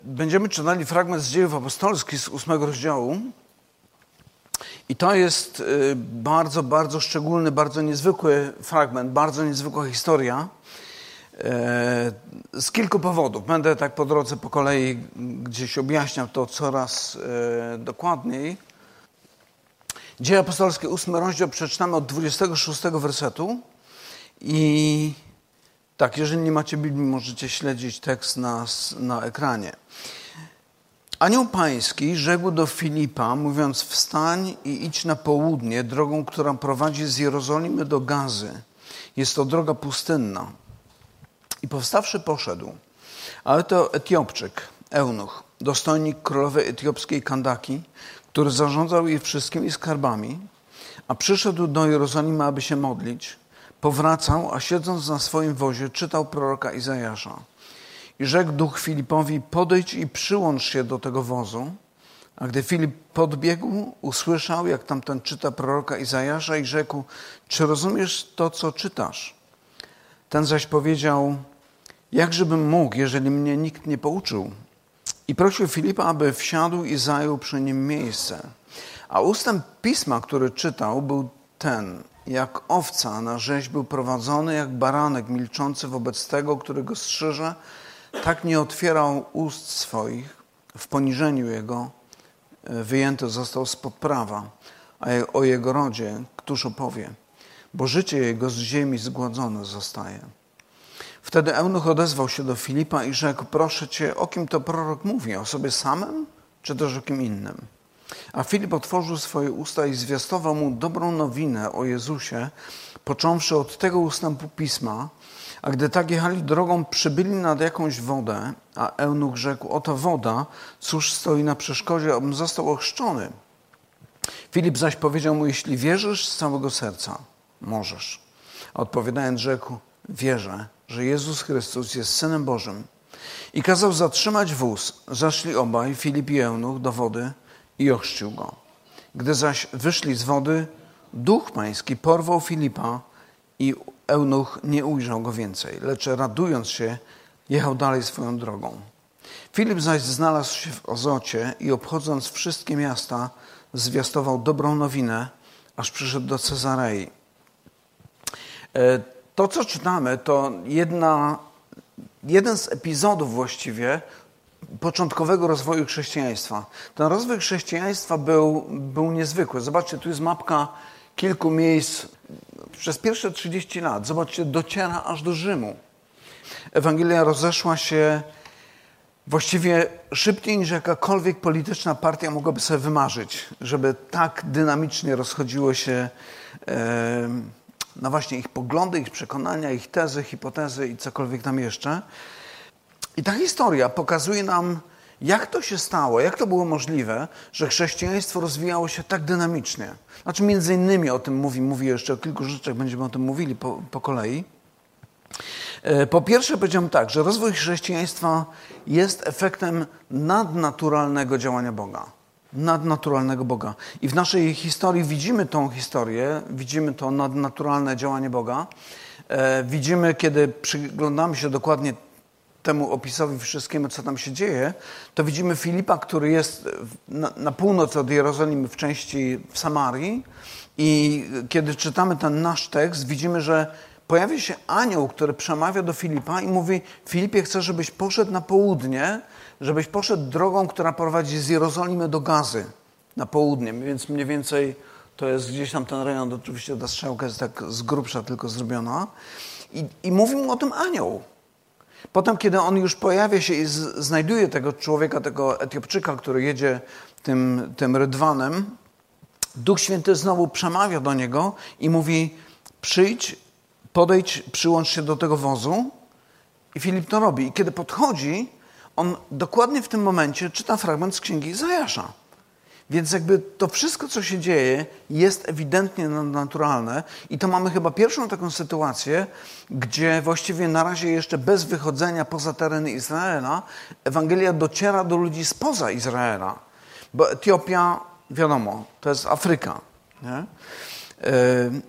Będziemy czytali fragment z Dziejów Apostolskich z 8 rozdziału i to jest bardzo, bardzo szczególny, bardzo niezwykły fragment, bardzo niezwykła historia z kilku powodów. Będę tak po drodze po kolei gdzieś objaśniał to coraz dokładniej. Dzieje Apostolskie, 8 rozdział, przeczytamy od 26 wersetu i tak, jeżeli nie macie Biblii, możecie śledzić tekst na ekranie. Anioł Pański rzekł do Filipa, mówiąc: wstań i idź na południe drogą, która prowadzi z Jerozolimy do Gazy. Jest to droga pustynna. I powstawszy poszedł. Ale to Etiopczyk, eunuch, dostojnik królowej etiopskiej Kandaki, który zarządzał jej wszystkimi skarbami, a przyszedł do Jerozolimy, aby się modlić, powracał, a siedząc na swoim wozie czytał proroka Izajasza. I rzekł duch Filipowi: podejdź i przyłącz się do tego wozu. A gdy Filip podbiegł, usłyszał, jak tamten czyta proroka Izajasza i rzekł: czy rozumiesz to, co czytasz? Ten zaś powiedział: jakżebym mógł, jeżeli mnie nikt nie pouczył? I prosił Filipa, aby wsiadł i zajął przy nim miejsce. A ustęp pisma, który czytał, był ten: jak owca na rzeź był prowadzony, jak baranek milczący wobec tego, który go strzyże, tak nie otwierał ust swoich. W poniżeniu jego wyjęty został spod prawa, a o jego rodzie któż opowie? Bo życie jego z ziemi zgładzone zostaje. Wtedy eunuch odezwał się do Filipa i rzekł: proszę cię, o kim to prorok mówi? O sobie samym, czy też o kim innym? A Filip otworzył swoje usta i zwiastował mu dobrą nowinę o Jezusie, począwszy od tego ustępu pisma. A gdy tak jechali drogą, przybyli nad jakąś wodę, a eunuch rzekł: oto woda, cóż stoi na przeszkodzie, abym został ochrzczony? Filip zaś powiedział mu: jeśli wierzysz z całego serca, możesz. A odpowiadając rzekł: wierzę, że Jezus Chrystus jest Synem Bożym. I kazał zatrzymać wóz. Zaszli obaj, Filip i eunuch, do wody i ochrzcił go. Gdy zaś wyszli z wody, duch pański porwał Filipa i eunuch nie ujrzał go więcej, lecz radując się, jechał dalej swoją drogą. Filip zaś znalazł się w Ozocie i obchodząc wszystkie miasta, zwiastował dobrą nowinę, aż przyszedł do Cezarei. To, co czytamy, to jeden z epizodów właściwie początkowego rozwoju chrześcijaństwa. Ten rozwój chrześcijaństwa był niezwykły. Zobaczcie, tu jest mapka kilku miejsc. Przez pierwsze 30 lat, zobaczcie, dociera aż do Rzymu. Ewangelia rozeszła się właściwie szybciej niż jakakolwiek polityczna partia mogłaby sobie wymarzyć, żeby tak dynamicznie rozchodziło się właśnie ich poglądy, ich przekonania, ich tezy, hipotezy i cokolwiek tam jeszcze. I ta historia pokazuje nam, jak to się stało, jak to było możliwe, że chrześcijaństwo rozwijało się tak dynamicznie. Znaczy między innymi o tym mówi jeszcze o kilku rzeczach, będziemy o tym mówili po kolei. Po pierwsze powiedziałem tak, że rozwój chrześcijaństwa jest efektem nadnaturalnego działania Boga. Nadnaturalnego Boga. I w naszej historii widzimy tą historię, widzimy to nadnaturalne działanie Boga. Widzimy, kiedy przyglądamy się dokładnie temu opisowi wszystkiemu, co tam się dzieje, to widzimy Filipa, który jest na północ od Jerozolimy, w części w Samarii, i kiedy czytamy ten nasz tekst, widzimy, że pojawia się anioł, który przemawia do Filipa i mówi: Filipie, chcę, żebyś poszedł na południe, żebyś poszedł drogą, która prowadzi z Jerozolimy do Gazy, na południe, więc mniej więcej to jest gdzieś tam ten rejon, oczywiście ta strzałka jest tak z grubsza tylko zrobiona, i mówi mu o tym anioł. Potem, kiedy on już pojawia się i znajduje tego człowieka, tego Etiopczyka, który jedzie tym rydwanem, Duch Święty znowu przemawia do niego i mówi: przyjdź, podejdź, przyłącz się do tego wozu. I Filip to robi. I kiedy podchodzi, on dokładnie w tym momencie czyta fragment z księgi Izajasza. Więc jakby to wszystko, co się dzieje, jest ewidentnie nadnaturalne i to mamy chyba pierwszą taką sytuację, gdzie właściwie na razie jeszcze bez wychodzenia poza tereny Izraela Ewangelia dociera do ludzi spoza Izraela. Bo Etiopia, wiadomo, to jest Afryka. Nie?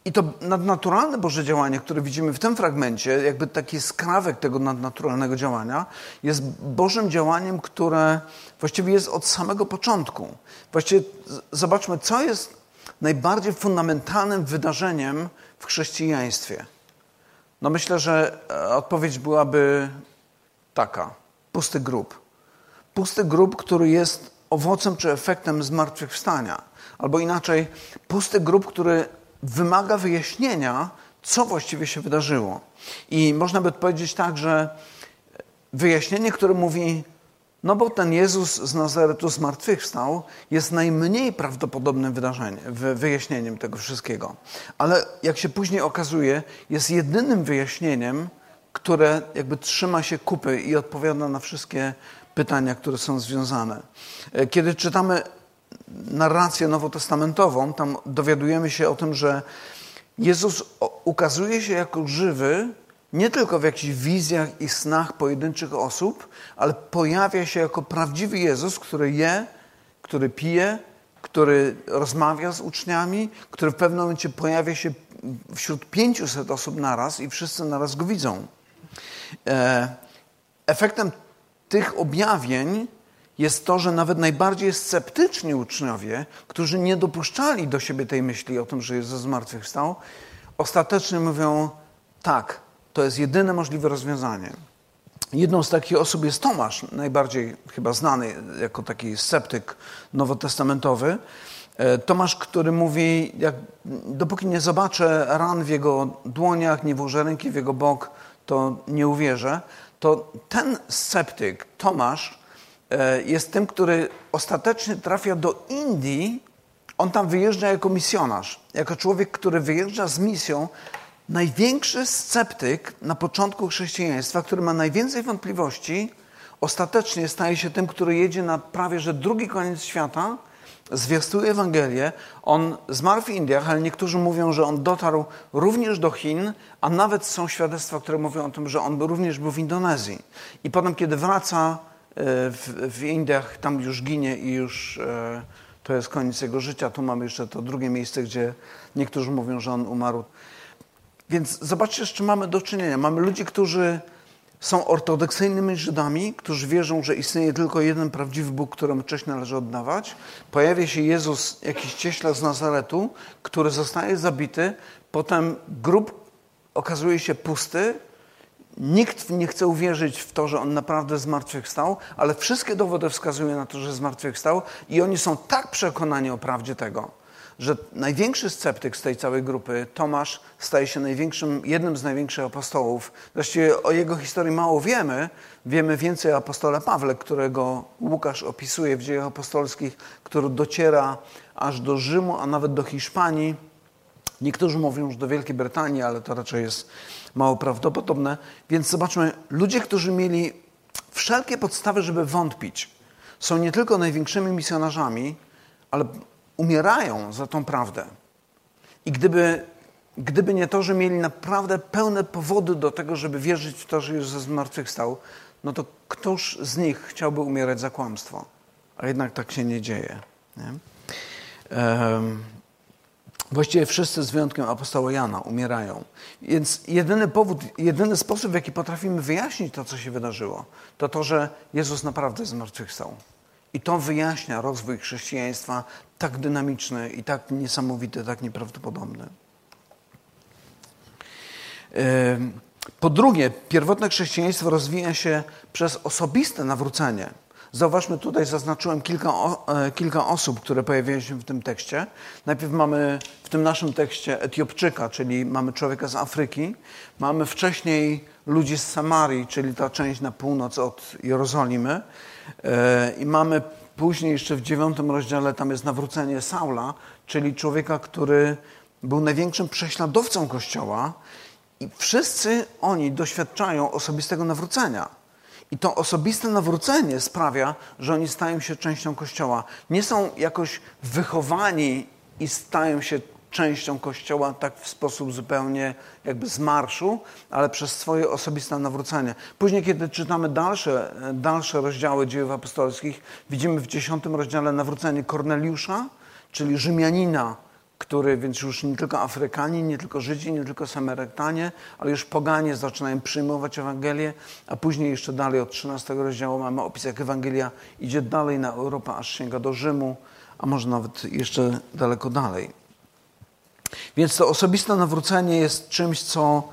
I to nadnaturalne Boże działanie, które widzimy w tym fragmencie, jakby taki skrawek tego nadnaturalnego działania, jest Bożym działaniem, które właściwie jest od samego początku. Właściwie zobaczmy, co jest najbardziej fundamentalnym wydarzeniem w chrześcijaństwie. No myślę, że odpowiedź byłaby taka. Pusty grób. Pusty grób, który jest owocem czy efektem zmartwychwstania. Albo inaczej, pusty grób, który wymaga wyjaśnienia, co właściwie się wydarzyło. I można by odpowiedzieć tak, że wyjaśnienie, które mówi, no bo ten Jezus z Nazaretu zmartwychwstał, jest najmniej prawdopodobnym wyjaśnieniem tego wszystkiego. Ale jak się później okazuje, jest jedynym wyjaśnieniem, które jakby trzyma się kupy i odpowiada na wszystkie pytania, które są związane. Kiedy czytamy narrację nowotestamentową, tam dowiadujemy się o tym, że Jezus ukazuje się jako żywy nie tylko w jakichś wizjach i snach pojedynczych osób, ale pojawia się jako prawdziwy Jezus, który je, który pije, który rozmawia z uczniami, który w pewnym momencie pojawia się wśród 500 osób naraz i wszyscy naraz go widzą. Efektem tych objawień jest to, że nawet najbardziej sceptyczni uczniowie, którzy nie dopuszczali do siebie tej myśli o tym, że Jezus zmartwychwstał, ostatecznie mówią, tak, to jest jedyne możliwe rozwiązanie. Jedną z takich osób jest Tomasz, najbardziej chyba znany jako taki sceptyk nowotestamentowy. Tomasz, który mówi, dopóki nie zobaczę ran w jego dłoniach, nie włożę ręki w jego bok, to nie uwierzę. To ten sceptyk, Tomasz, jest tym, który ostatecznie trafia do Indii. On tam wyjeżdża jako misjonarz, jako człowiek, który wyjeżdża z misją. Największy sceptyk na początku chrześcijaństwa, który ma najwięcej wątpliwości, ostatecznie staje się tym, który jedzie na prawie że drugi koniec świata, zwiastuje Ewangelię. On zmarł w Indiach, ale niektórzy mówią, że on dotarł również do Chin, a nawet są świadectwa, które mówią o tym, że on również był w Indonezji. I potem, kiedy wraca w Indiach, tam już ginie i już to jest koniec jego życia. Tu mamy jeszcze to drugie miejsce, gdzie niektórzy mówią, że on umarł. Więc zobaczcie, z czym mamy do czynienia. Mamy ludzi, którzy są ortodoksyjnymi Żydami, którzy wierzą, że istnieje tylko jeden prawdziwy Bóg, któremu cześć należy oddawać. Pojawia się Jezus, jakiś cieśla z Nazaretu, który zostaje zabity. Potem grób okazuje się pusty. Nikt nie chce uwierzyć w to, że on naprawdę zmartwychwstał, ale wszystkie dowody wskazują na to, że zmartwychwstał i oni są tak przekonani o prawdzie tego, że największy sceptyk z tej całej grupy, Tomasz, staje się jednym z największych apostołów. Właściwie o jego historii mało wiemy. Wiemy więcej o apostole Pawle, którego Łukasz opisuje w Dziejach Apostolskich, który dociera aż do Rzymu, a nawet do Hiszpanii. Niektórzy mówią, że do Wielkiej Brytanii, ale to raczej jest mało prawdopodobne. Więc zobaczmy, ludzie, którzy mieli wszelkie podstawy, żeby wątpić, są nie tylko największymi misjonarzami, ale umierają za tą prawdę. I gdyby nie to, że mieli naprawdę pełne powody do tego, żeby wierzyć w to, że Jezus zmartwychwstał, no to któż z nich chciałby umierać za kłamstwo? A jednak tak się nie dzieje. Nie? Właściwie wszyscy z wyjątkiem apostoła Jana umierają. Więc jedyny sposób, w jaki potrafimy wyjaśnić to, co się wydarzyło, to to, że Jezus naprawdę zmartwychwstał. I to wyjaśnia rozwój chrześcijaństwa tak dynamiczny i tak niesamowity, tak nieprawdopodobny. Po drugie, pierwotne chrześcijaństwo rozwija się przez osobiste nawrócenie. Zauważmy, tutaj zaznaczyłem kilka osób, które pojawiają się w tym tekście. Najpierw mamy w tym naszym tekście Etiopczyka, czyli mamy człowieka z Afryki. Mamy wcześniej ludzi z Samarii, czyli ta część na północ od Jerozolimy. I mamy później jeszcze w 9 rozdziale, tam jest nawrócenie Saula, czyli człowieka, który był największym prześladowcą Kościoła. I wszyscy oni doświadczają osobistego nawrócenia. I to osobiste nawrócenie sprawia, że oni stają się częścią Kościoła. Nie są jakoś wychowani i stają się częścią Kościoła tak w sposób zupełnie jakby z marszu, ale przez swoje osobiste nawrócenie. Później, kiedy czytamy dalsze rozdziały Dziejów Apostolskich, widzimy w 10 rozdziale nawrócenie Korneliusza, czyli Rzymianina, więc już nie tylko Afrykanie, nie tylko Żydzi, nie tylko Samarytanie, ale już poganie zaczynają przyjmować Ewangelię, a później jeszcze dalej od 13 rozdziału mamy opis, jak Ewangelia idzie dalej na Europę, aż sięga do Rzymu, a może nawet jeszcze daleko dalej. Więc to osobiste nawrócenie jest czymś, co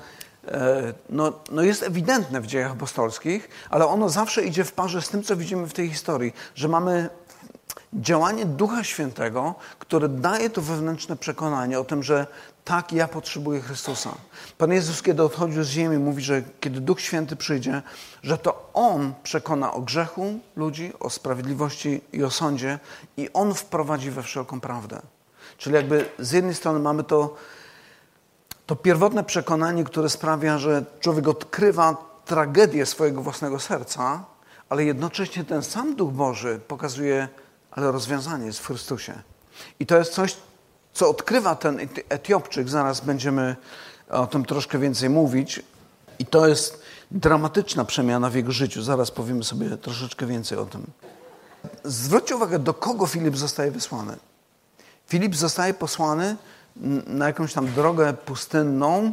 jest ewidentne w dziejach apostolskich, ale ono zawsze idzie w parze z tym, co widzimy w tej historii, że mamy działanie Ducha Świętego, które daje to wewnętrzne przekonanie o tym, że tak, ja potrzebuję Chrystusa. Pan Jezus, kiedy odchodził z ziemi, mówi, że kiedy Duch Święty przyjdzie, że to On przekona o grzechu ludzi, o sprawiedliwości i o sądzie i On wprowadzi we wszelką prawdę. Czyli jakby z jednej strony mamy to pierwotne przekonanie, które sprawia, że człowiek odkrywa tragedię swojego własnego serca, ale jednocześnie ten sam Duch Boży pokazuje, ale rozwiązanie jest w Chrystusie. I to jest coś, co odkrywa ten Etiopczyk. Zaraz będziemy o tym troszkę więcej mówić. I to jest dramatyczna przemiana w jego życiu. Zaraz powiemy sobie troszeczkę więcej o tym. Zwróćcie uwagę, do kogo Filip zostaje wysłany. Filip zostaje posłany na jakąś tam drogę pustynną,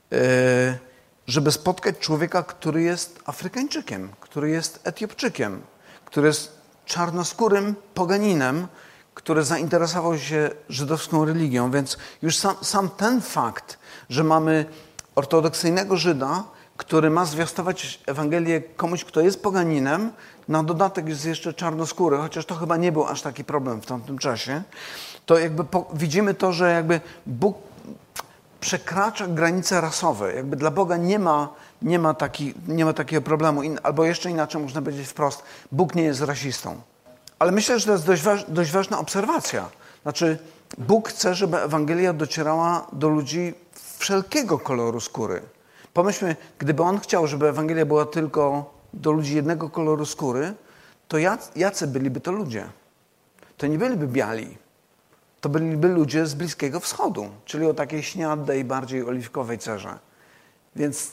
żeby spotkać człowieka, który jest Afrykańczykiem, który jest Etiopczykiem, który jest czarnoskórym poganinem, który zainteresował się żydowską religią. Więc już sam ten fakt, że mamy ortodoksyjnego Żyda, który ma zwiastować Ewangelię komuś, kto jest poganinem, na dodatek jest jeszcze czarnoskóry, chociaż to chyba nie był aż taki problem w tamtym czasie, to jakby widzimy to, że jakby Bóg przekracza granice rasowe. Jakby dla Boga nie ma takiego problemu. Albo jeszcze inaczej można powiedzieć wprost, Bóg nie jest rasistą. Ale myślę, że to jest dość ważna obserwacja. Znaczy, Bóg chce, żeby Ewangelia docierała do ludzi wszelkiego koloru skóry. Pomyślmy, gdyby On chciał, żeby Ewangelia była tylko do ludzi jednego koloru skóry, to jacy byliby to ludzie? To nie byliby biali. To byliby ludzie z Bliskiego Wschodu, czyli o takiej śniadej, bardziej oliwkowej cerze. Więc,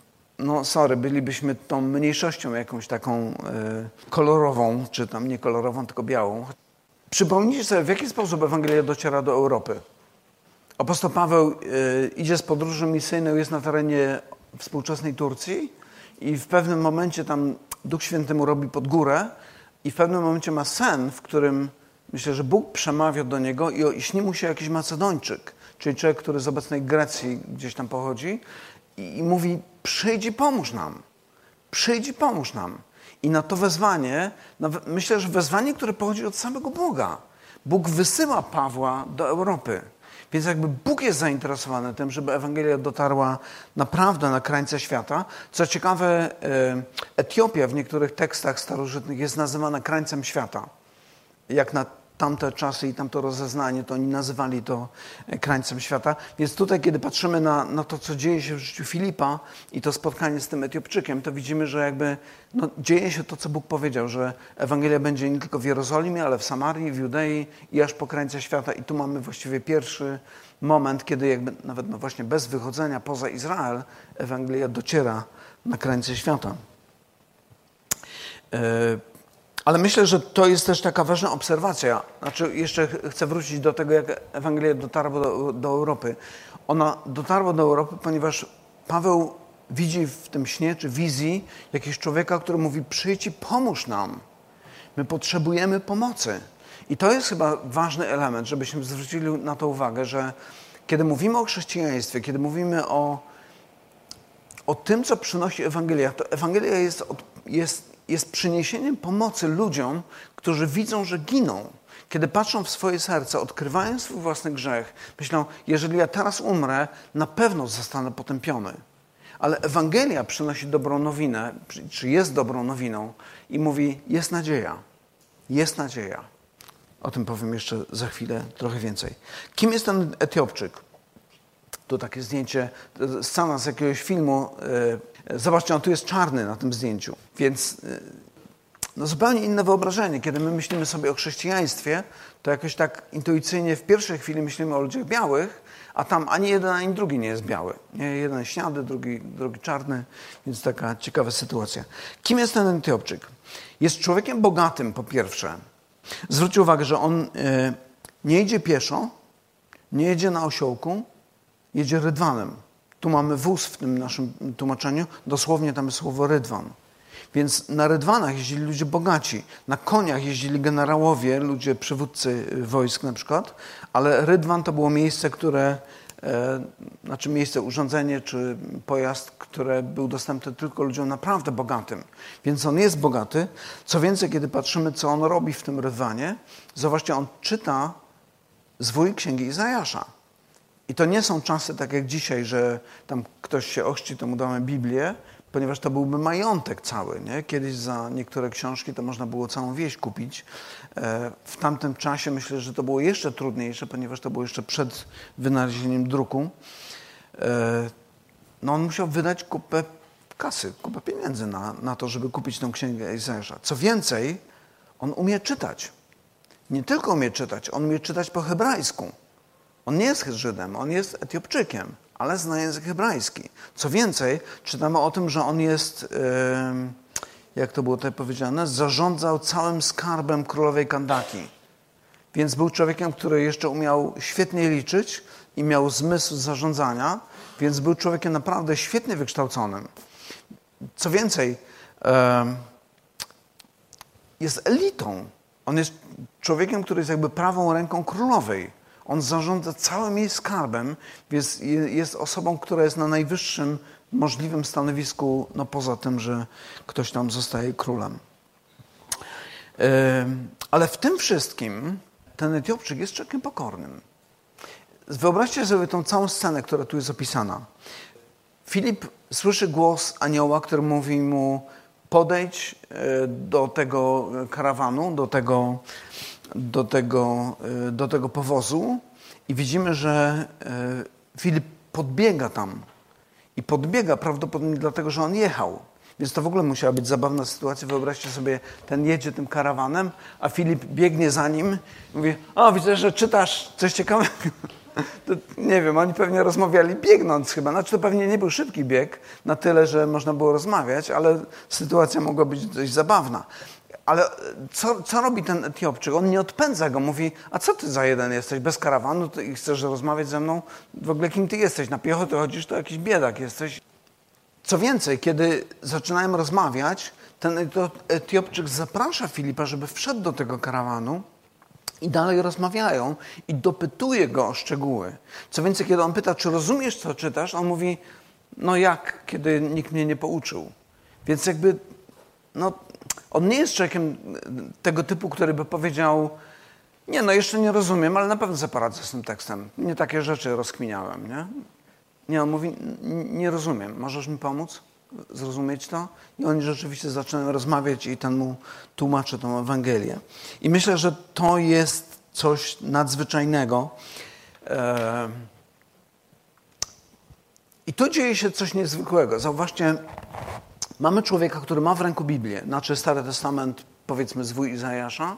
bylibyśmy tą mniejszością jakąś taką kolorową, czy tam nie kolorową, tylko białą. Przypomnijcie sobie, w jaki sposób Ewangelia dociera do Europy. Apostoł Paweł idzie z podróży misyjną, jest na terenie współczesnej Turcji i w pewnym momencie tam Duch Święty mu robi pod górę i w pewnym momencie ma sen, w którym myślę, że Bóg przemawia do niego i śni mu się jakiś Macedończyk, czyli człowiek, który z obecnej Grecji gdzieś tam pochodzi i mówi, przyjdź i pomóż nam. Przyjdź i pomóż nam. I na to wezwanie, myślę, że wezwanie, które pochodzi od samego Boga. Bóg wysyła Pawła do Europy. Więc jakby Bóg jest zainteresowany tym, żeby Ewangelia dotarła naprawdę na krańce świata. Co ciekawe, Etiopia w niektórych tekstach starożytnych jest nazywana krańcem świata. Jak na tamte czasy i tamto rozeznanie, to oni nazywali to krańcem świata. Więc tutaj, kiedy patrzymy na to, co dzieje się w życiu Filipa i to spotkanie z tym Etiopczykiem, to widzimy, że jakby dzieje się to, co Bóg powiedział, że Ewangelia będzie nie tylko w Jerozolimie, ale w Samarii, w Judei i aż po krańce świata. I tu mamy właściwie pierwszy moment, kiedy jakby nawet właśnie bez wychodzenia poza Izrael Ewangelia dociera na krańce świata. Ale myślę, że to jest też taka ważna obserwacja. Znaczy, jeszcze chcę wrócić do tego, jak Ewangelia dotarła do Europy. Ona dotarła do Europy, ponieważ Paweł widzi w tym śnie czy wizji jakiegoś człowieka, który mówi, przyjdź i pomóż nam. My potrzebujemy pomocy. I to jest chyba ważny element, żebyśmy zwrócili na to uwagę, że kiedy mówimy o chrześcijaństwie, kiedy mówimy o tym, co przynosi Ewangelia, to Ewangelia jest przyniesieniem pomocy ludziom, którzy widzą, że giną. Kiedy patrzą w swoje serce, odkrywają swój własny grzech, myślą, jeżeli ja teraz umrę, na pewno zostanę potępiony. Ale Ewangelia przynosi dobrą nowinę, czy jest dobrą nowiną i mówi, jest nadzieja. Jest nadzieja. O tym powiem jeszcze za chwilę trochę więcej. Kim jest ten Etiopczyk? Tu takie zdjęcie, scena z jakiegoś filmu. Zobaczcie, on tu jest czarny na tym zdjęciu. Więc zupełnie inne wyobrażenie. Kiedy my myślimy sobie o chrześcijaństwie, to jakoś tak intuicyjnie w pierwszej chwili myślimy o ludziach białych, a tam ani jeden, ani drugi nie jest biały. Nie? Jeden śniady, drugi czarny, więc taka ciekawa sytuacja. Kim jest ten Etiopczyk? Jest człowiekiem bogatym, po pierwsze. Zwróćcie uwagę, że on nie idzie pieszo, Nie jedzie na osiołku, jedzie rydwanem. Tu mamy wóz w tym naszym tłumaczeniu, dosłownie tam jest słowo rydwan. Więc na rydwanach jeździli ludzie bogaci, na koniach jeździli generałowie, ludzie przywódcy wojsk na przykład, ale rydwan to było miejsce, miejsce, urządzenie czy pojazd, które był dostępny tylko ludziom naprawdę bogatym. Więc on jest bogaty. Co więcej, kiedy patrzymy, co on robi w tym rydwanie, zobaczcie, on czyta zwój Księgi Izajasza. I to nie są czasy tak jak dzisiaj, że tam ktoś się ochrzci, to mu damy Biblię, ponieważ to byłby majątek cały. Nie? Kiedyś za niektóre książki to można było całą wieś kupić. W tamtym czasie myślę, że to było jeszcze trudniejsze, ponieważ to było jeszcze przed wynalezieniem druku. On musiał wydać kupę kasy, kupę pieniędzy na to, żeby kupić tę Księgę Izajasza. Co więcej, on umie czytać. Nie tylko umie czytać, on umie czytać po hebrajsku. On nie jest Żydem, on jest Etiopczykiem, ale zna język hebrajski. Co więcej, czytamy o tym, że on jest, jak to było tutaj powiedziane, zarządzał całym skarbem królowej Kandaki. Więc był człowiekiem, który jeszcze umiał świetnie liczyć i miał zmysł zarządzania, więc był człowiekiem naprawdę świetnie wykształconym. Co więcej, jest elitą. On jest człowiekiem, który jest jakby prawą ręką królowej. On zarządza całym jej skarbem, więc jest osobą, która jest na najwyższym możliwym stanowisku, no poza tym, że ktoś tam zostaje królem. Ale w tym wszystkim ten Etiopczyk jest człowiekiem pokornym. Wyobraźcie sobie tą całą scenę, która tu jest opisana. Filip słyszy głos anioła, który mówi mu: podejdź do tego karawanu, do tego powozu, i widzimy, że Filip podbiega tam. I podbiega prawdopodobnie dlatego, że on jechał. Więc to w ogóle musiała być zabawna sytuacja. Wyobraźcie sobie, ten jedzie tym karawanem, a Filip biegnie za nim i mówi: o, widzę, że czytasz coś ciekawego. To, nie wiem, oni pewnie rozmawiali biegnąc chyba. Znaczy to pewnie nie był szybki bieg, na tyle, że można było rozmawiać, ale sytuacja mogła być dość zabawna. Ale co robi ten Etiopczyk? On nie odpędza go, mówi: a co ty za jeden jesteś, bez karawanu i chcesz rozmawiać ze mną? W ogóle kim ty jesteś? Na piechotę chodzisz, to jakiś biedak jesteś. Co więcej, kiedy zaczynają rozmawiać, ten Etiopczyk zaprasza Filipa, żeby wszedł do tego karawanu i dalej rozmawiają i dopytuje go o szczegóły. Co więcej, kiedy on pyta, czy rozumiesz, co czytasz, on mówi: no jak, kiedy nikt mnie nie pouczył. Więc jakby, on nie jest człowiekiem tego typu, który by powiedział: nie, jeszcze nie rozumiem, ale na pewno sobie poradzę z tym tekstem. Nie takie rzeczy rozkminiałem, nie? Nie, on mówi: nie rozumiem, możesz mi pomóc zrozumieć to? I oni rzeczywiście zaczynają rozmawiać i ten mu tłumaczy tę Ewangelię. I myślę, że to jest coś nadzwyczajnego. I tu dzieje się coś niezwykłego. Zauważcie, mamy człowieka, który ma w ręku Biblię, znaczy Stary Testament, powiedzmy zwój Izajasza,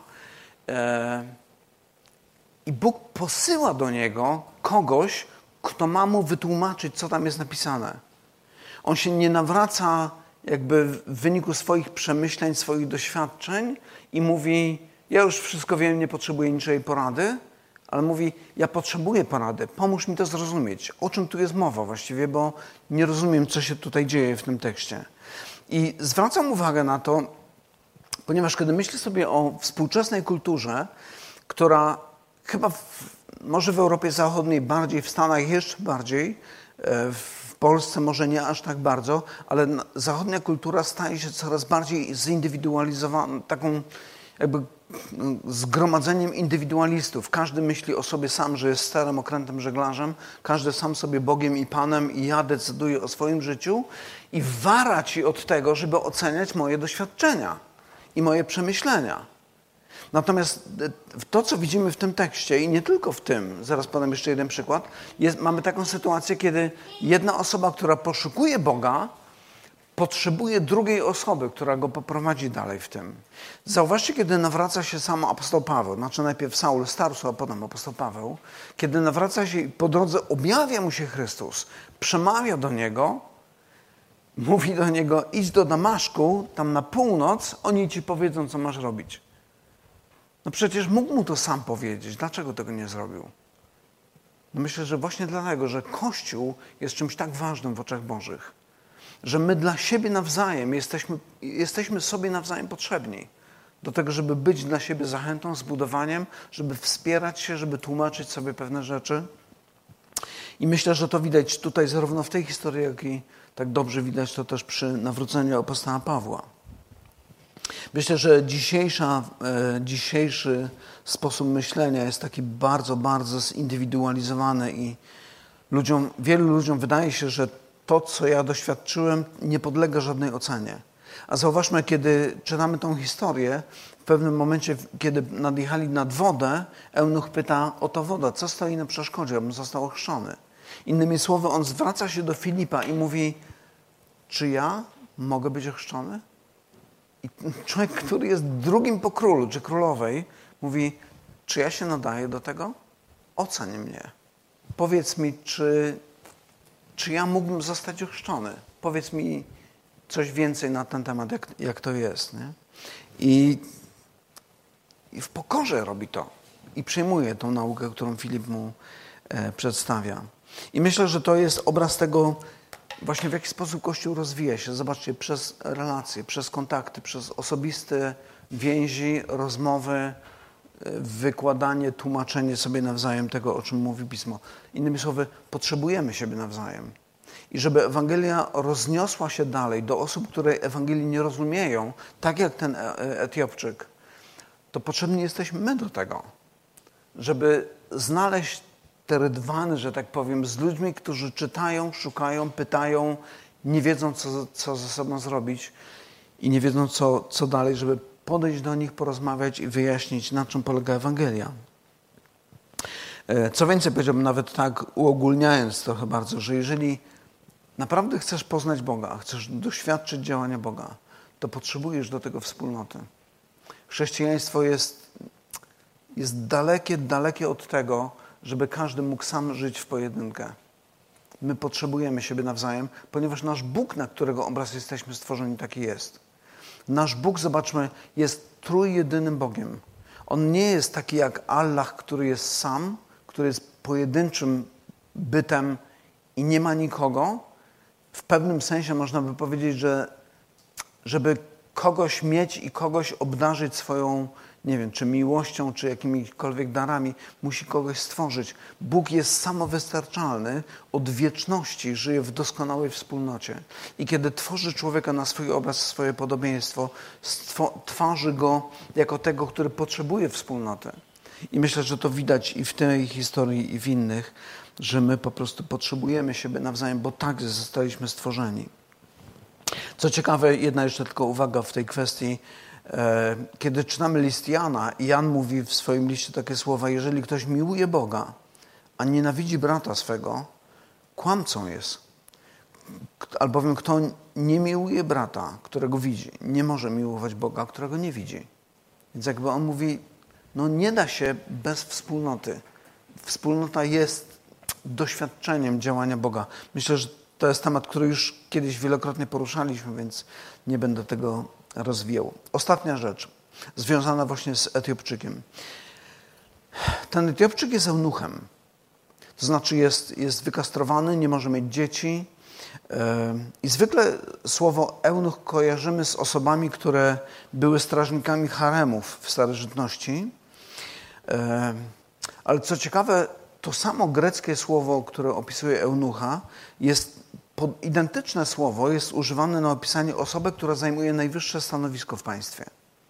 i Bóg posyła do niego kogoś, kto ma mu wytłumaczyć, co tam jest napisane. On się nie nawraca jakby w wyniku swoich przemyśleń, swoich doświadczeń i mówi: ja już wszystko wiem, nie potrzebuję niczej porady, ale mówi: ja potrzebuję porady, pomóż mi to zrozumieć. O czym tu jest mowa właściwie, bo nie rozumiem, co się tutaj dzieje w tym tekście. I zwracam uwagę na to, ponieważ kiedy myślę sobie o współczesnej kulturze, która chyba może w Europie Zachodniej bardziej, w Stanach jeszcze bardziej, w Polsce może nie aż tak bardzo, ale zachodnia kultura staje się coraz bardziej zindywidualizowana, taką jakby zgromadzeniem indywidualistów. Każdy myśli o sobie sam, że jest starym, okrętnym żeglarzem, każdy sam sobie Bogiem i Panem i ja decyduję o swoim życiu i wara ci od tego, żeby oceniać moje doświadczenia i moje przemyślenia. Natomiast to, co widzimy w tym tekście i nie tylko w tym, zaraz podam jeszcze jeden przykład, mamy taką sytuację, kiedy jedna osoba, która poszukuje Boga, potrzebuje drugiej osoby, która go poprowadzi dalej w tym. Zauważcie, kiedy nawraca się sam apostoł Paweł, znaczy najpierw Saul z Tarsu, a potem apostoł Paweł, kiedy nawraca się i po drodze objawia mu się Chrystus, przemawia do niego, mówi do niego: idź do Damaszku, tam na północ, oni ci powiedzą, co masz robić. No przecież mógł mu to sam powiedzieć. Dlaczego tego nie zrobił? No myślę, że właśnie dlatego, że Kościół jest czymś tak ważnym w oczach Bożych, że my dla siebie nawzajem jesteśmy sobie nawzajem potrzebni do tego, żeby być dla siebie zachętą, zbudowaniem, żeby wspierać się, żeby tłumaczyć sobie pewne rzeczy. I myślę, że to widać tutaj zarówno w tej historii, jak i tak dobrze widać to też przy nawróceniu apostoła Pawła. Myślę, że dzisiejszy sposób myślenia jest taki bardzo, bardzo zindywidualizowany i wielu ludziom wydaje się, że to, co ja doświadczyłem, nie podlega żadnej ocenie. A zauważmy, kiedy czytamy tą historię, w pewnym momencie, kiedy nadjechali nad wodę, eunuch pyta: oto woda, co stoi na przeszkodzie, abym został ochrzczony? Innymi słowy, on zwraca się do Filipa i mówi: czy ja mogę być ochrzczony? I człowiek, który jest drugim po królu czy królowej, mówi: czy ja się nadaję do tego? Oceń mnie. Powiedz mi, czy ja mógłbym zostać ochrzczony? Powiedz mi coś więcej na ten temat, jak to jest. Nie? I w pokorze robi to. I przyjmuje tą naukę, którą Filip mu przedstawia. I myślę, że to jest obraz tego, właśnie w jaki sposób Kościół rozwija się. Zobaczcie, przez relacje, przez kontakty, przez osobiste więzi, rozmowy, wykładanie, tłumaczenie sobie nawzajem tego, o czym mówi Pismo. Innymi słowy, potrzebujemy siebie nawzajem. I żeby Ewangelia rozniosła się dalej do osób, które Ewangelii nie rozumieją, tak jak ten Etiopczyk, to potrzebni jesteśmy my do tego, żeby znaleźć te rydwany, że tak powiem, z ludźmi, którzy czytają, szukają, pytają, nie wiedzą, co ze sobą zrobić i nie wiedzą, co dalej, żeby podejść do nich, porozmawiać i wyjaśnić, na czym polega Ewangelia. Co więcej, powiedziałbym nawet tak, uogólniając trochę bardzo, że jeżeli naprawdę chcesz poznać Boga, chcesz doświadczyć działania Boga, to potrzebujesz do tego wspólnoty. Chrześcijaństwo jest dalekie od tego, żeby każdy mógł sam żyć w pojedynkę. My potrzebujemy siebie nawzajem, ponieważ nasz Bóg, na którego obraz jesteśmy stworzeni, taki jest. Nasz Bóg, zobaczmy, jest trójjedynym Bogiem. On nie jest taki jak Allah, który jest sam, który jest pojedynczym bytem i nie ma nikogo. W pewnym sensie można by powiedzieć, że żeby kogoś mieć i kogoś obdarzyć swoją, nie wiem, czy miłością, czy jakimikolwiek darami, musi kogoś stworzyć. Bóg jest samowystarczalny, od wieczności żyje w doskonałej wspólnocie. I kiedy tworzy człowieka na swój obraz, swoje podobieństwo, tworzy go jako tego, który potrzebuje wspólnoty. I myślę, że to widać i w tej historii, i w innych, że my po prostu potrzebujemy siebie nawzajem, bo tak zostaliśmy stworzeni. Co ciekawe, jedna jeszcze tylko uwaga w tej kwestii. Kiedy czytamy list Jana, i Jan mówi w swoim liście takie słowa: jeżeli ktoś miłuje Boga, a nienawidzi brata swego, kłamcą jest. Albowiem kto nie miłuje brata, którego widzi, nie może miłować Boga, którego nie widzi. Więc jakby on mówi, no nie da się bez wspólnoty. Wspólnota jest doświadczeniem działania Boga. Myślę, że to jest temat, który już kiedyś wielokrotnie poruszaliśmy, więc nie będę tego rozwijał. Ostatnia rzecz, związana właśnie z Etiopczykiem. Ten Etiopczyk jest eunuchem. To znaczy jest wykastrowany, nie może mieć dzieci. I zwykle słowo eunuch kojarzymy z osobami, które były strażnikami haremów w starożytności. Ale co ciekawe, to samo greckie słowo, które opisuje eunucha, identyczne słowo jest używane na opisanie osoby, która zajmuje najwyższe stanowisko w państwie.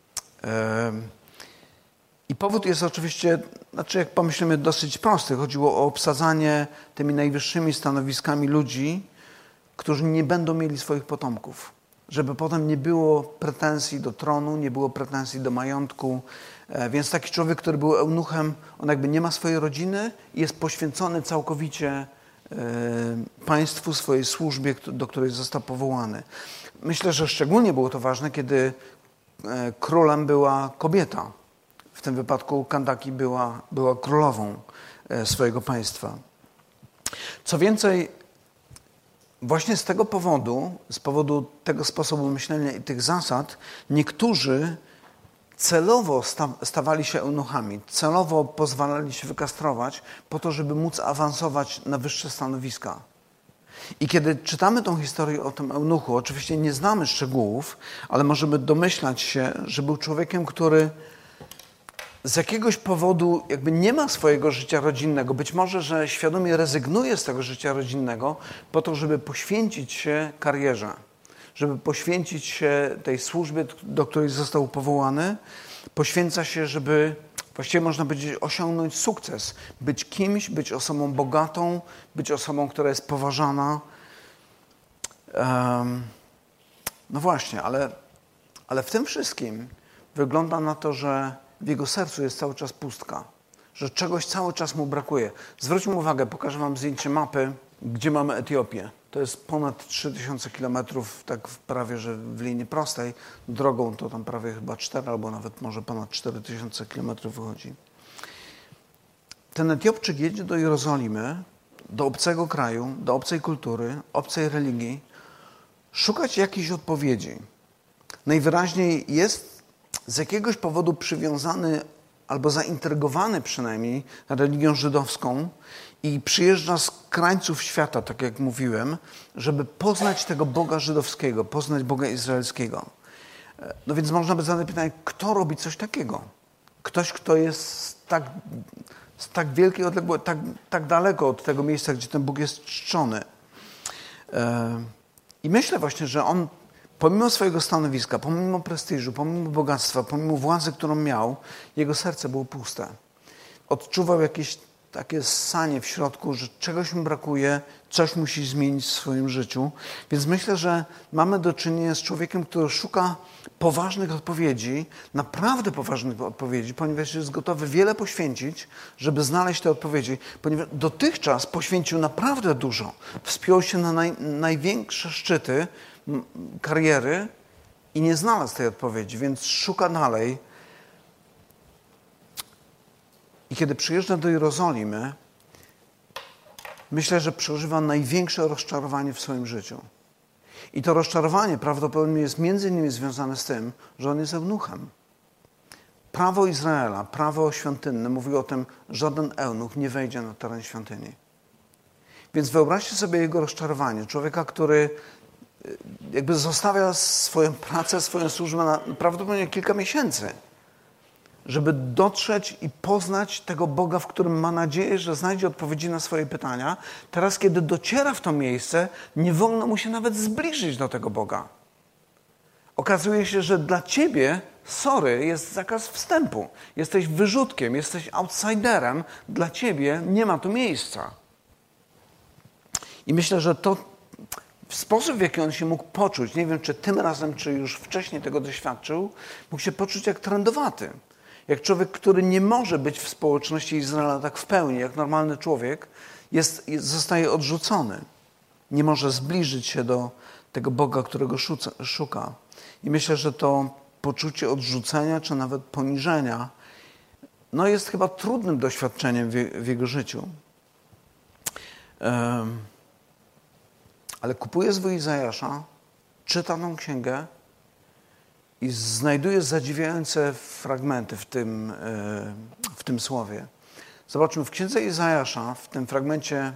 I powód jest oczywiście, jak pomyślimy, dosyć prosty. Chodziło o obsadzanie tymi najwyższymi stanowiskami ludzi, którzy nie będą mieli swoich potomków. Żeby potem nie było pretensji do tronu, nie było pretensji do majątku. Więc taki człowiek, który był eunuchem, on jakby nie ma swojej rodziny i jest poświęcony całkowicie państwu, swojej służbie, do której został powołany. Myślę, że szczególnie było to ważne, kiedy królem była kobieta. W tym wypadku Kandaki była królową swojego państwa. Co więcej, właśnie z tego powodu, z powodu tego sposobu myślenia i tych zasad, niektórzy celowo stawali się eunuchami, celowo pozwalali się wykastrować po to, żeby móc awansować na wyższe stanowiska. I kiedy czytamy tą historię o tym eunuchu, oczywiście nie znamy szczegółów, ale możemy domyślać się, że był człowiekiem, który z jakiegoś powodu jakby nie ma swojego życia rodzinnego. Być może, że świadomie rezygnuje z tego życia rodzinnego po to, żeby poświęcić się karierze, żeby poświęcić się tej służbie, do której został powołany. Poświęca się, żeby właściwie można powiedzieć osiągnąć sukces. Być kimś, być osobą bogatą, być osobą, która jest poważana. No właśnie, ale w tym wszystkim wygląda na to, że w jego sercu jest cały czas pustka, że czegoś cały czas mu brakuje. Zwróćmy uwagę, pokażę wam zdjęcie mapy, gdzie mamy Etiopię. To jest ponad 3000 kilometrów, tak prawie, że w linii prostej. Drogą to tam prawie chyba 4 albo nawet może ponad 4000 kilometrów wychodzi. Ten Etiopczyk jedzie do Jerozolimy, do obcego kraju, do obcej kultury, obcej religii, szukać jakiejś odpowiedzi. Najwyraźniej jest z jakiegoś powodu przywiązany albo zaintrygowany przynajmniej religią żydowską i przyjeżdża z krańców świata, tak jak mówiłem, żeby poznać tego Boga żydowskiego, poznać Boga izraelskiego. No więc można by zadać pytanie, kto robi coś takiego? Ktoś, kto jest z tak wielkiej odległości, tak daleko od tego miejsca, gdzie ten Bóg jest czczony. I myślę właśnie, że on pomimo swojego stanowiska, pomimo prestiżu, pomimo bogactwa, pomimo władzy, którą miał, jego serce było puste. Odczuwał jakieś takie ssanie w środku, że czegoś mu brakuje, coś musi zmienić w swoim życiu. Więc myślę, że mamy do czynienia z człowiekiem, który szuka poważnych odpowiedzi, naprawdę poważnych odpowiedzi, ponieważ jest gotowy wiele poświęcić, żeby znaleźć te odpowiedzi, ponieważ dotychczas poświęcił naprawdę dużo. Wspiął się na największe szczyty kariery i nie znalazł tej odpowiedzi, więc szuka dalej. I kiedy przyjeżdża do Jerozolimy, myślę, że przeżywa największe rozczarowanie w swoim życiu. I to rozczarowanie prawdopodobnie jest między innymi związane z tym, że on jest eunuchem. Prawo Izraela, prawo świątynne mówi o tym, że żaden eunuch nie wejdzie na teren świątyni. Więc wyobraźcie sobie jego rozczarowanie. Człowieka, który jakby zostawia swoją pracę, swoją służbę na prawdopodobnie kilka miesięcy, żeby dotrzeć i poznać tego Boga, w którym ma nadzieję, że znajdzie odpowiedzi na swoje pytania. Teraz, kiedy dociera w to miejsce, nie wolno mu się nawet zbliżyć do tego Boga. Okazuje się, że dla ciebie, jest zakaz wstępu. Jesteś wyrzutkiem, jesteś outsiderem. Dla ciebie nie ma tu miejsca. I myślę, że to w sposób, w jaki on się mógł poczuć, nie wiem, czy tym razem, czy już wcześniej tego doświadczył, mógł się poczuć jak trędowaty. Jak człowiek, który nie może być w społeczności Izraela tak w pełni, jak normalny człowiek, zostaje odrzucony. Nie może zbliżyć się do tego Boga, którego szuka. I myślę, że to poczucie odrzucenia, czy nawet poniżenia, jest chyba trudnym doświadczeniem w jego życiu. Ale kupuje zwój Izajasza, czyta tą księgę i znajduje zadziwiające fragmenty w tym słowie. Zobaczmy, w księdze Izajasza, w tym fragmencie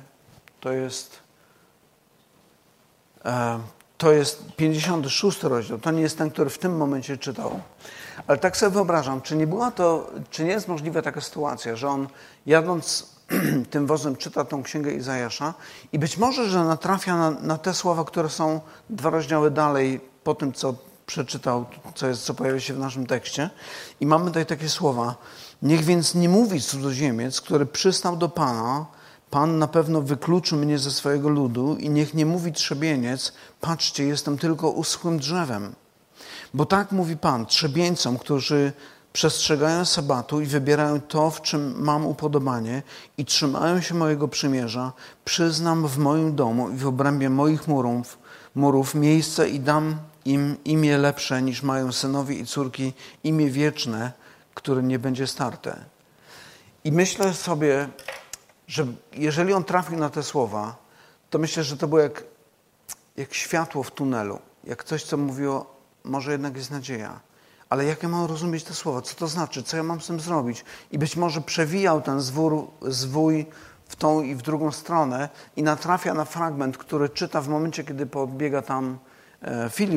to jest 56 rozdział. To nie jest ten, który w tym momencie czytał. Ale tak sobie wyobrażam, czy nie jest możliwa taka sytuacja, że on jadąc tym wozem czyta tą księgę Izajasza i być może, że natrafia na te słowa, które są 2 rozdziały dalej po tym, co przeczytał, co pojawia się w naszym tekście. I mamy tutaj takie słowa. Niech więc nie mówi cudzoziemiec, który przystał do Pana, Pan na pewno wykluczy mnie ze swojego ludu i niech nie mówi trzebieniec, patrzcie, jestem tylko uschłym drzewem. Bo tak mówi Pan trzebieńcom, którzy przestrzegają sabatu i wybierają to, w czym mam upodobanie i trzymają się mojego przymierza, przyznam w moim domu i w obrębie moich murów miejsce i dam im imię lepsze niż mają synowie i córki, imię wieczne, które nie będzie starte. I myślę sobie, że jeżeli on trafił na te słowa, to myślę, że to było jak światło w tunelu, jak coś, co mówiło, może jednak jest nadzieja. Ale jak ja mam rozumieć te słowa? Co to znaczy? Co ja mam z tym zrobić? I być może przewijał ten zwój w tą i w drugą stronę i natrafia na fragment, który czyta w momencie, kiedy podbiega tam Filip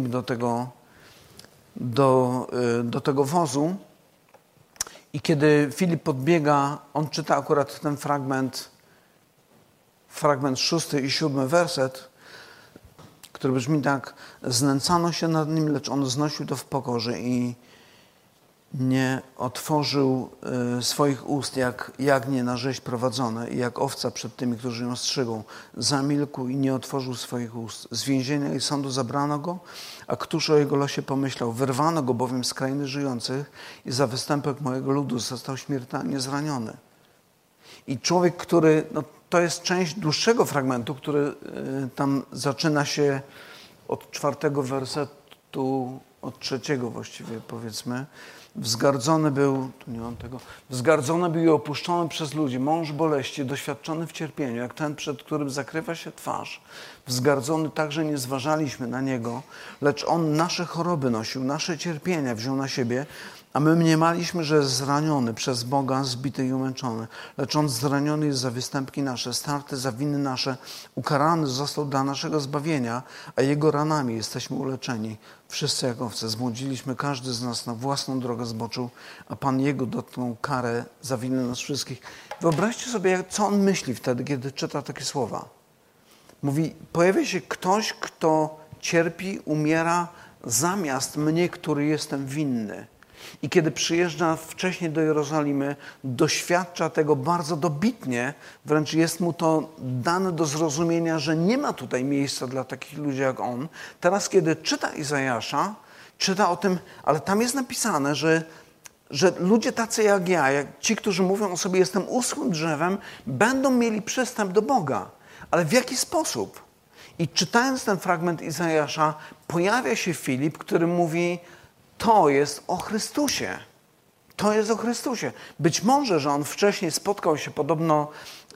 do tego wozu. I kiedy Filip podbiega, on czyta akurat ten fragment 6 i 7 werset, który brzmi tak: znęcano się nad nim, lecz on znosił to w pokorze i nie otworzył swoich ust, jak jagnię na rzeź prowadzone i jak owca przed tymi, którzy ją strzygą. Zamilkł i nie otworzył swoich ust. Z więzienia i sądu zabrano go, a któż o jego losie pomyślał? Wyrwano go bowiem z krainy żyjących i za występek mojego ludu został śmiertelnie zraniony. I człowiek, który, to jest część dłuższego fragmentu, który tam zaczyna się od 4 wersetu, od 3 właściwie powiedzmy. Wzgardzony był i opuszczony przez ludzi, mąż boleści, doświadczony w cierpieniu, jak ten, przed którym zakrywa się twarz. Wzgardzony także nie zważaliśmy na niego, lecz on nasze choroby nosił, nasze cierpienia wziął na siebie, a my mniemaliśmy, że jest zraniony przez Boga, zbity i umęczony. Lecz on zraniony jest za występki nasze, starty za winy nasze, ukarany został dla naszego zbawienia, a jego ranami jesteśmy uleczeni. Wszyscy jak owce zbłądziliśmy, każdy z nas na własną drogę zboczył, a Pan jego dotknął karę za winę nas wszystkich. Wyobraźcie sobie, co on myśli wtedy, kiedy czyta takie słowa. Mówi, pojawia się ktoś, kto cierpi, umiera zamiast mnie, który jestem winny. I kiedy przyjeżdża wcześniej do Jerozolimy, doświadcza tego bardzo dobitnie, wręcz jest mu to dane do zrozumienia, że nie ma tutaj miejsca dla takich ludzi jak on. Teraz, kiedy czyta Izajasza, czyta o tym, ale tam jest napisane, że ludzie tacy jak ja, jak ci, którzy mówią o sobie, jestem uschłym drzewem, będą mieli przystęp do Boga. Ale w jaki sposób? I czytając ten fragment Izajasza, pojawia się Filip, który mówi, to jest o Chrystusie. To jest o Chrystusie. Być może, że on wcześniej spotkał się, podobno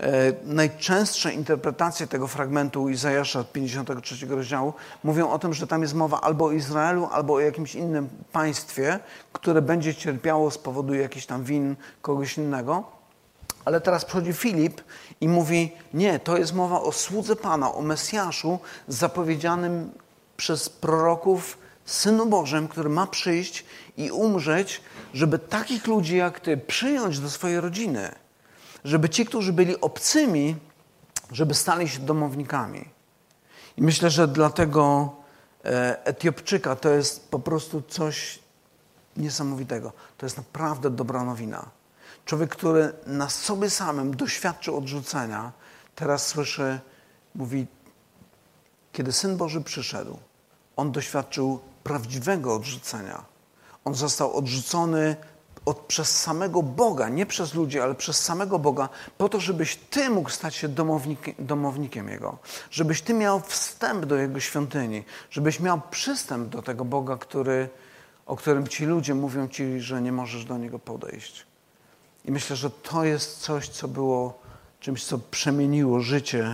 najczęstsze interpretacje tego fragmentu Izajasza 53 rozdziału mówią o tym, że tam jest mowa albo o Izraelu, albo o jakimś innym państwie, które będzie cierpiało z powodu jakichś tam win kogoś innego. Ale teraz przychodzi Filip i mówi, nie, to jest mowa o słudze Pana, o Mesjaszu zapowiedzianym przez proroków, Synu Bożym, który ma przyjść i umrzeć, żeby takich ludzi jak ty przyjąć do swojej rodziny. Żeby ci, którzy byli obcymi, żeby stali się domownikami. I myślę, że dla tego Etiopczyka to jest po prostu coś niesamowitego. To jest naprawdę dobra nowina. Człowiek, który na sobie samym doświadczył odrzucenia, teraz słyszy, mówi, kiedy Syn Boży przyszedł, on doświadczył prawdziwego odrzucenia. On został odrzucony przez samego Boga, nie przez ludzi, ale przez samego Boga, po to, żebyś ty mógł stać się domownikiem Jego. Żebyś ty miał wstęp do Jego świątyni. Żebyś miał przystęp do tego Boga, o którym ci ludzie mówią ci, że nie możesz do Niego podejść. I myślę, że to jest coś, co było czymś, co przemieniło życie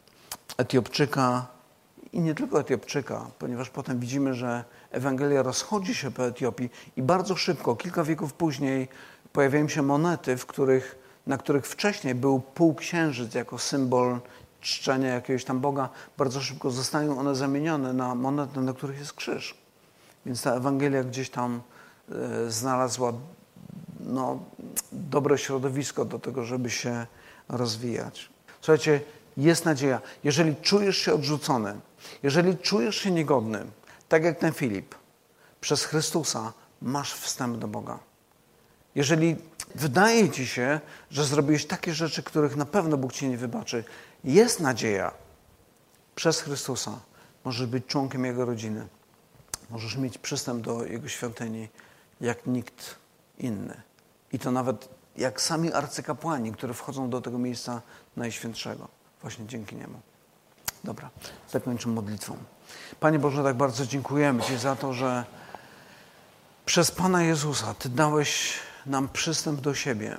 Etiopczyka i nie tylko Etiopczyka, ponieważ potem widzimy, że Ewangelia rozchodzi się po Etiopii i bardzo szybko, kilka wieków później, pojawiają się monety, na których wcześniej był półksiężyc jako symbol czczenia jakiegoś tam Boga. Bardzo szybko zostają one zamienione na monety, na których jest krzyż. Więc ta Ewangelia gdzieś tam znalazła dobre środowisko do tego, żeby się rozwijać. Słuchajcie, jest nadzieja. Jeżeli czujesz się odrzucony, jeżeli czujesz się niegodny, tak jak ten Filip, przez Chrystusa masz wstęp do Boga. Jeżeli wydaje ci się, że zrobiłeś takie rzeczy, których na pewno Bóg ci nie wybaczy, jest nadzieja. Przez Chrystusa możesz być członkiem Jego rodziny. Możesz mieć przystęp do Jego świątyni jak nikt inny. I to nawet jak sami arcykapłani, którzy wchodzą do tego miejsca najświętszego. Właśnie dzięki Niemu. Dobra, zakończę modlitwą. Panie Boże, tak bardzo dziękujemy Ci za to, że przez Pana Jezusa Ty dałeś nam przystęp do siebie.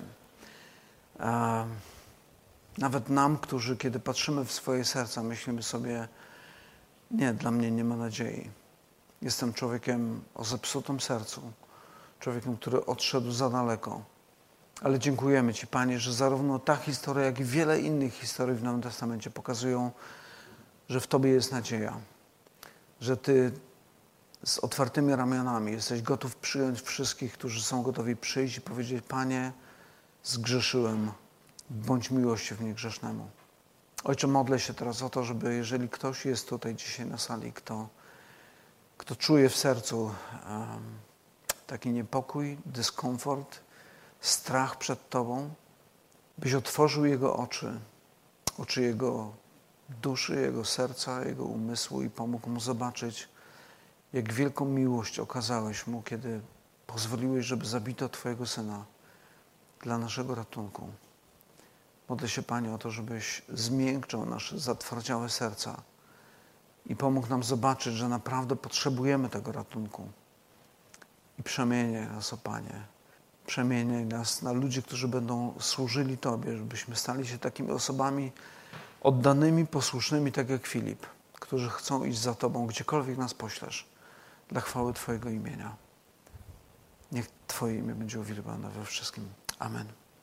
Nawet nam, którzy kiedy patrzymy w swoje serca, myślimy sobie, nie, dla mnie nie ma nadziei. Jestem człowiekiem o zepsutym sercu. człowiekiem, który odszedł za daleko. Ale dziękujemy Ci, Panie, że zarówno ta historia, jak i wiele innych historii w Nowym Testamencie pokazują, że w Tobie jest nadzieja, że Ty z otwartymi ramionami jesteś gotów przyjąć wszystkich, którzy są gotowi przyjść i powiedzieć: Panie, zgrzeszyłem, bądź miłosierny grzesznemu. Ojcze, modlę się teraz o to, żeby jeżeli ktoś jest tutaj dzisiaj na sali, kto czuje w sercu taki niepokój, dyskomfort, strach przed Tobą, byś otworzył jego oczy jego duszy, jego serca, jego umysłu i pomógł mu zobaczyć, jak wielką miłość okazałeś mu, kiedy pozwoliłeś, żeby zabito Twojego Syna dla naszego ratunku. Modlę się, Panie, o to, żebyś zmiękczał nasze zatwardziałe serca i pomógł nam zobaczyć, że naprawdę potrzebujemy tego ratunku. I przemieniaj nas, o Panie. Przemieniaj nas na ludzi, którzy będą służyli Tobie, żebyśmy stali się takimi osobami oddanymi, posłusznymi, tak jak Filip, którzy chcą iść za Tobą, gdziekolwiek nas poślesz, dla chwały Twojego imienia. Niech Twoje imię będzie uwielbione we wszystkim. Amen.